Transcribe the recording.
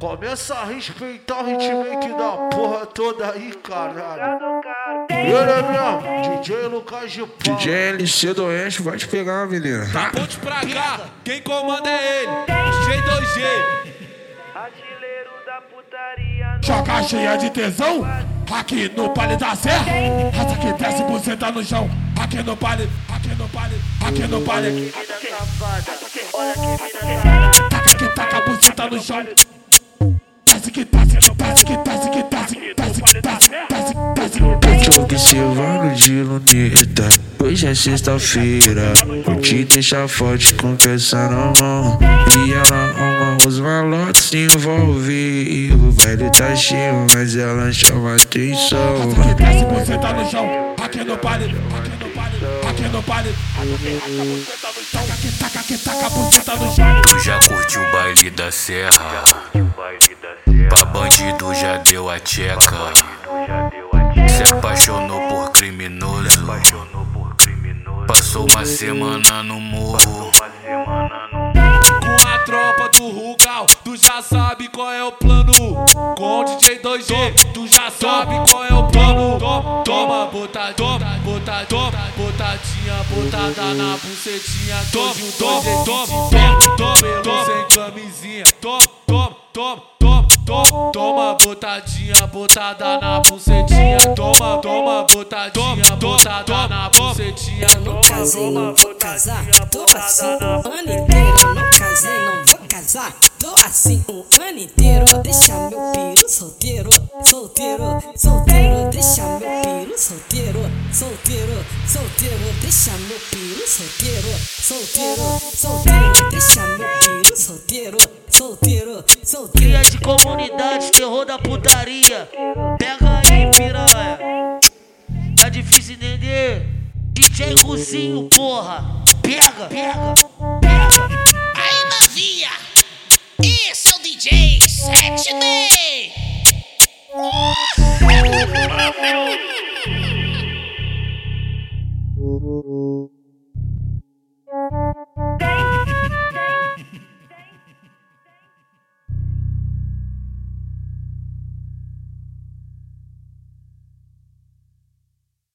Começa a respeitar o hitmaker da porra toda aí, caralho. Ele é mesmo, DJ Lucas de Paula. DJ LC do Oeste vai te pegar, menina. Da ponte pra cá, quem comanda é ele, DJ 2G. Artilheiro da putaria. Joga cheia de tesão, aqui no Pale da Serra. Raça que desce, buceta no chão. Aqui no Pale, aqui no Pale, aqui no Pale. Vida safada, olha que vida safada. Taca que taca a buceta no chão. Desce que desce, desce que desce, que desce, desce que desce, desce, desce. Tô observando de luneta. Hoje é sexta-feira. Vou te deixar forte com peça na mão. E ela ama os malotes se envolve. O baile tá cheio, mas ela chama atenção. Raça que desce, buceta no chão. Aqui no Pale, aqui no Pale, aqui no Pale. Taca que taca a buceta no chão. Tu já curtiu o baile da serra? Pra bandido já deu a tcheca. Se apaixonou por criminoso. Passou uma semana no morro. Com a tropa do Rugal, tu já sabe qual é o plano. Com o DJ 2G, tu já sabe qual é o plano. Toma, botadinha, botada na bucetinha. Toma, pelo sem camisinha. Toma, botadinha, botada na bucetinha. Toma, botadinha, botada na bucetinha. Não casei, não vou casar. Tô assim o ano inteiro. Não casei, não vou casar. Tô assim o ano inteiro. Deixa meu piru solteiro, solteiro, solteiro. Deixa meu piru solteiro, solteiro, solteiro. Deixa meu piru solteiro, solteiro, solteiro. Deixa meu piru solteiro, solteiro, solteiro. Cria de comunidade, terror da putaria. Pega aí, piranha. Tá difícil entender? DJ Ruzinho, porra. Pega, pega, pega. Aí, novinha, esse é o DJ 7D.